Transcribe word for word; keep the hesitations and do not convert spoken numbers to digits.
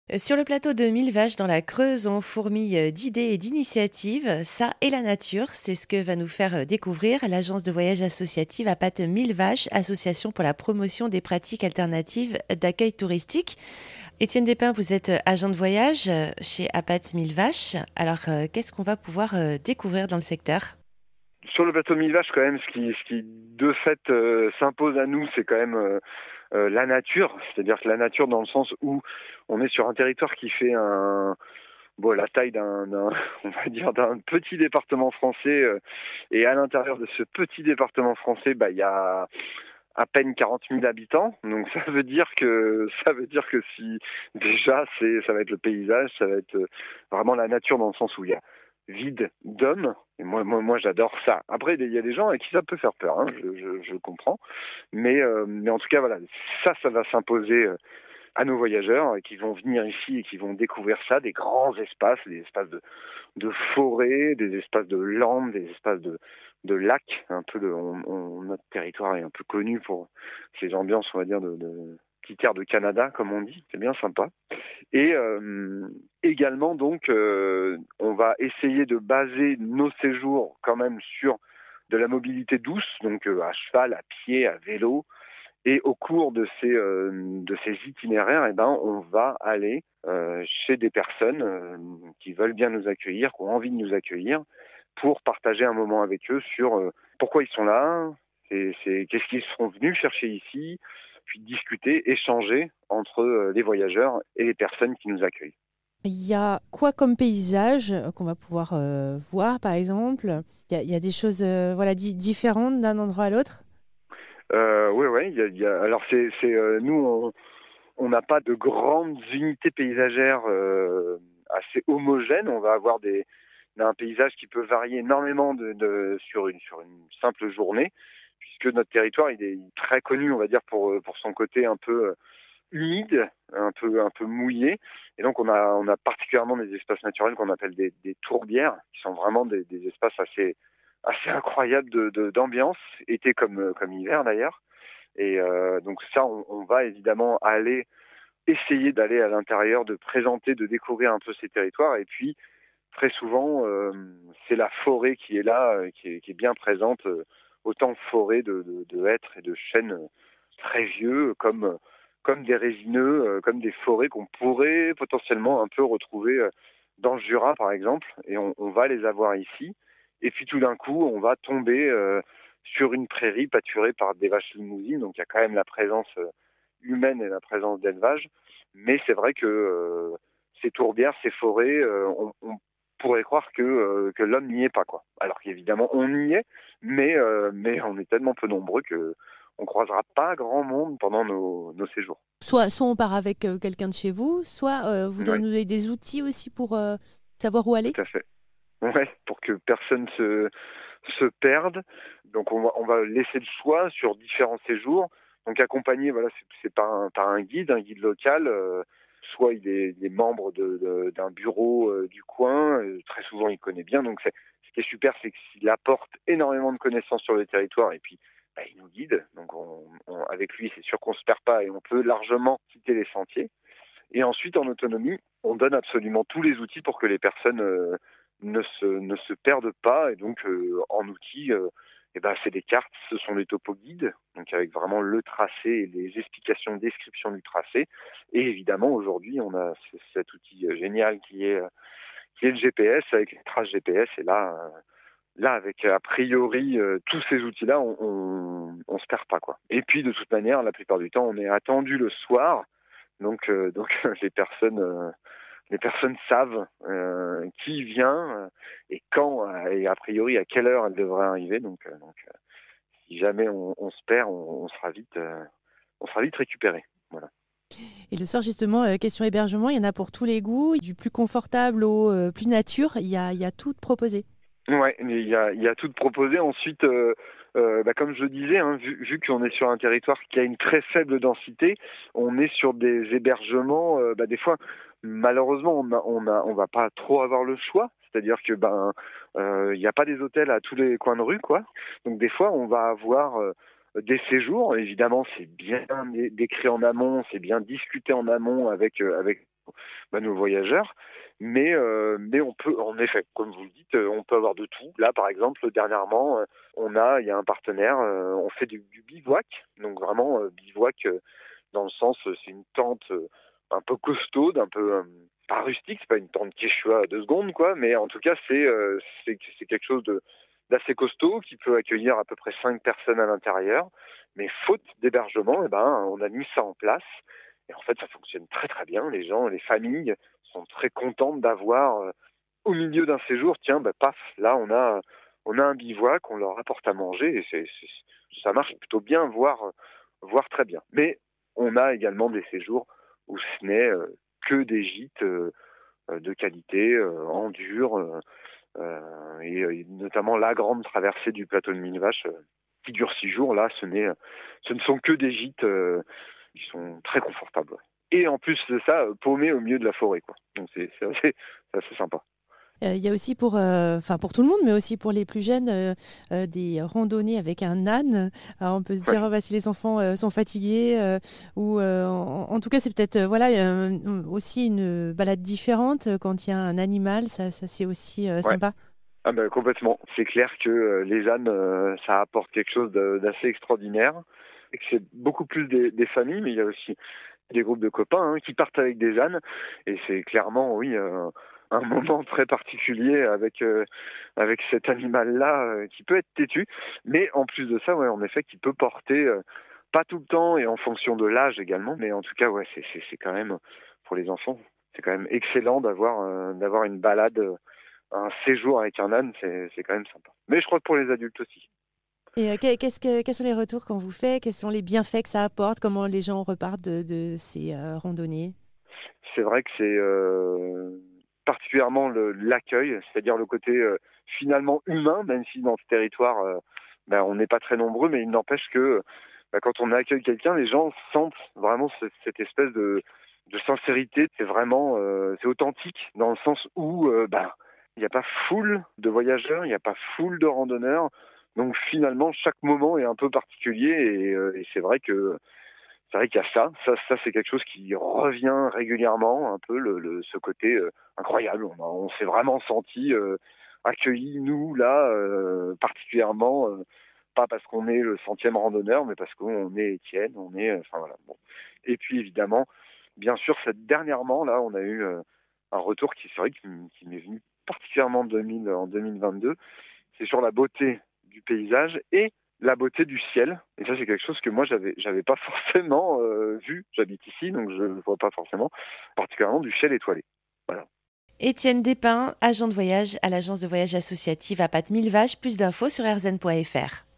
Euh, Sur le plateau de Mille Vaches dans la Creuse, on fourmille euh, d'idées et d'initiatives. Ça et la nature, c'est ce que va nous faire euh, découvrir l'agence de voyage associative à Pattes Mille Vaches, association pour la promotion des pratiques alternatives d'accueil touristique. Étienne Despins, vous êtes euh, agent de voyage euh, chez Apat Mille Vaches. Alors, euh, qu'est-ce qu'on va pouvoir euh, découvrir dans le secteur? Sur le plateau Mille Vaches, quand même, ce qui, ce qui de fait euh, s'impose à nous, c'est quand même euh, euh, la nature. C'est-à-dire que la nature, dans le sens où on est sur un territoire qui fait un, bon, la taille d'un, d'un on va dire, d'un petit département français. Euh, et à l'intérieur de ce petit département français, bah, il y a à peine quarante mille habitants. Donc ça veut dire que ça veut dire que si déjà c'est ça va être le paysage, ça va être euh, vraiment la nature dans le sens où il y a vide d'hommes. Et moi, moi, moi, j'adore ça. Après, il y a des gens à qui ça peut faire peur, hein, je, je, je comprends. Mais, euh, mais en tout cas, voilà, ça, ça va s'imposer euh, à nos voyageurs euh, qui vont venir ici et qui vont découvrir ça, des grands espaces, des espaces de, de forêt, des espaces de landes, des espaces de, de lacs. Un peu de, on, on, notre territoire est un peu connu pour ces ambiances, on va dire, de, de petite terre de Canada, comme on dit. C'est bien sympa. Et euh, également, donc, euh, on va essayer de baser nos séjours quand même sur de la mobilité douce, donc euh, à cheval, à pied, à vélo. Et au cours de ces euh, de ces itinéraires, eh ben, on va aller euh, chez des personnes euh, qui veulent bien nous accueillir, qui ont envie de nous accueillir, pour partager un moment avec eux sur euh, pourquoi ils sont là, c'est, c'est qu'est-ce qu'ils seront venus chercher ici, puis discuter, échanger entre euh, les voyageurs et les personnes qui nous accueillent. Il y a quoi comme paysage euh, qu'on va pouvoir euh, voir, par exemple? Il y a, il y a des choses euh, voilà, di- différentes d'un endroit à l'autre? Euh, oui, oui. Il y a, il y a, alors c'est, c'est euh, nous, on on n'a pas de grandes unités paysagères euh, assez homogènes. On va avoir des un paysage qui peut varier énormément de, de sur une sur une simple journée, puisque notre territoire il est très connu, on va dire pour pour son côté un peu euh, humide, un peu un peu mouillé. Et donc on a on a particulièrement des espaces naturels qu'on appelle des, des tourbières, qui sont vraiment des, des espaces assez assez incroyables de, de d'ambiance, été comme comme hiver d'ailleurs. Et euh, donc ça, on, on va évidemment aller essayer d'aller à l'intérieur, de présenter, de découvrir un peu ces territoires. Et puis très souvent, euh, c'est la forêt qui est là, euh, qui, est, qui est bien présente, euh, autant forêt de, de, de hêtres et de chênes euh, très vieux, comme comme des résineux, euh, comme des forêts qu'on pourrait potentiellement un peu retrouver euh, dans le Jura, par exemple. Et on, on va les avoir ici. Et puis tout d'un coup, on va tomber euh, sur une prairie pâturée par des vaches limousines. Donc il y a quand même la présence euh, humaine et la présence d'élevage. Mais c'est vrai que euh, ces tourbières, ces forêts, euh, on, on pourrait croire que, euh, que l'homme n'y est pas, quoi. Alors qu'évidemment, on y est, mais, euh, mais on est tellement peu nombreux que on croisera pas grand monde pendant nos, nos séjours. Soit, soit on part avec euh, quelqu'un de chez vous, soit euh, vous Oui, nous donnez des outils aussi pour euh, savoir où aller. tout à fait. Ouais, pour que personne se, se perde. Donc on va, on va laisser le choix sur différents séjours. Donc accompagné, voilà, c'est, c'est par, un, par un guide, un guide local. Euh, soit il est, il est membre de, de, d'un bureau euh, du coin. Euh, très souvent, il connaît bien. Donc c'est, ce qui est super, c'est qu'il apporte énormément de connaissances sur le territoire et puis bah, il nous guide. Donc on, on, avec lui, c'est sûr qu'on se perd pas et on peut largement quitter les sentiers. Et ensuite, en autonomie, on donne absolument tous les outils pour que les personnes euh, ne, se, ne se perdent pas. Et donc, euh, en outils, euh, eh ben, c'est des cartes, ce sont des topos guides, donc avec vraiment le tracé et les explications, descriptions du tracé. Et évidemment, aujourd'hui, on a c- cet outil euh, génial qui est, euh, qui est le G P S, avec les traces G P S. Et là, euh, là avec a priori euh, tous ces outils-là, on, on, on se perd pas, quoi. Et puis, de toute manière, la plupart du temps, on est attendu le soir. Donc, euh, donc les personnes, euh, les personnes savent euh, qui vient euh, et quand euh, et a priori à quelle heure elle devrait arriver. Donc, euh, donc euh, si jamais on, on se perd, on, on sera vite, euh, on sera vite récupéré. Voilà. Et le soir, justement, euh, question hébergement, il y en a pour tous les goûts, du plus confortable au euh, plus nature, il y a, il y a tout proposé. Ouais, mais il y a, il y a tout de proposé. Ensuite, euh, euh, bah, comme je le disais, hein, vu, vu qu'on est sur un territoire qui a une très faible densité, on est sur des hébergements. Euh, bah, des fois, malheureusement, on a, on a, on va pas trop avoir le choix. C'est-à-dire que ben, euh, il n'y a pas des hôtels à tous les coins de rue, quoi. Donc des fois, on va avoir euh, des séjours. Évidemment, c'est bien dé- décrit en amont, c'est bien discuté en amont avec euh, avec bah, nos voyageurs. Mais, euh, mais on peut, en effet, comme vous le dites, on peut avoir de tout. Là, par exemple, dernièrement, on a, il y a un partenaire, euh, on fait du, du bivouac. Donc vraiment, euh, bivouac euh, dans le sens, c'est une tente euh, un peu costaude, un peu euh, pas rustique, c'est pas une tente quechua à deux secondes, quoi. Mais en tout cas, c'est euh, c'est, c'est quelque chose de d'assez costaud qui peut accueillir à peu près cinq personnes à l'intérieur. Mais faute d'hébergement, eh ben, on a mis ça en place. Et en fait, ça fonctionne très très bien. Les gens, les familles sont très contentes d'avoir euh, au milieu d'un séjour, tiens, bah, paf, là on a on a un bivouac, on leur apporte à manger et c'est, c'est, ça marche plutôt bien, voire voire très bien. Mais on a également des séjours où ce n'est euh, que des gîtes euh, de qualité, euh, en dur, euh, euh, et, et notamment la grande traversée du plateau de Mille Vaches euh, qui dure six jours. Là, ce n'est ce ne sont que des gîtes euh, qui sont très confortables. Et en plus de ça, paumé au milieu de la forêt, quoi. Donc c'est, c'est, assez, c'est assez sympa. Il y a aussi pour, enfin pour tout le monde, mais aussi pour les plus jeunes, euh, euh, des randonnées avec un âne. Alors on peut se dire, Ouais. oh, bah, si les enfants euh, sont fatigués, euh, ou euh, en, en tout cas c'est peut-être euh, voilà euh, aussi une balade différente quand il y a un animal. Ça, ça c'est aussi euh, Ouais. sympa. Ah ben, complètement. C'est clair que euh, les ânes, euh, ça apporte quelque chose de, d'assez extraordinaire. Et que c'est beaucoup plus des, des familles, mais il y a aussi des groupes de copains hein, qui partent avec des ânes. Et c'est clairement, oui, euh, un moment très particulier avec euh, avec cet animal-là euh, qui peut être têtu. Mais en plus de ça, ouais, en effet, qui peut porter, euh, pas tout le temps et en fonction de l'âge également. Mais en tout cas, ouais, c'est, c'est, c'est quand même, pour les enfants, c'est quand même excellent d'avoir, euh, d'avoir une balade. Euh, un séjour avec un âne, c'est, c'est quand même sympa. Mais je crois que pour les adultes aussi. Et euh, qu'est-ce que, quels sont les retours qu'on vous fait? Quels sont les bienfaits que ça apporte? Comment les gens repartent de, de ces euh, randonnées? C'est vrai que c'est euh, particulièrement le, l'accueil, c'est-à-dire le côté euh, finalement humain, même si dans ce territoire, euh, ben, on n'est pas très nombreux, mais il n'empêche que ben, quand on accueille quelqu'un, les gens sentent vraiment ce, cette espèce de, de sincérité. C'est vraiment, euh, c'est authentique dans le sens où euh, ben, il n'y a pas foule de voyageurs, il n'y a pas foule de randonneurs. Donc finalement, chaque moment est un peu particulier et, euh, et c'est vrai que c'est vrai qu'il y a ça. Ça, ça c'est quelque chose qui revient régulièrement, un peu le, le ce côté euh, incroyable. On, a, on s'est vraiment senti euh, accueillis, nous, là, euh, particulièrement, euh, pas parce qu'on est le centième randonneur, mais parce qu'on est Étienne, on est... Enfin, voilà. Bon. Et puis, évidemment, bien sûr, cette, dernièrement, là, on a eu euh, un retour qui, c'est vrai, qui, qui m'est venu particulièrement en, deux mille, en deux mille vingt-deux. C'est sur la beauté du paysage et la beauté du ciel. Et ça, c'est quelque chose que moi, j'avais, j'avais pas forcément euh, vu. J'habite ici, donc je ne vois pas forcément, particulièrement du ciel étoilé. Voilà. Étienne Despins, agent de voyage à l'agence de voyage associative à Pattes Mille Vaches. Plus d'infos sur erzen point f r.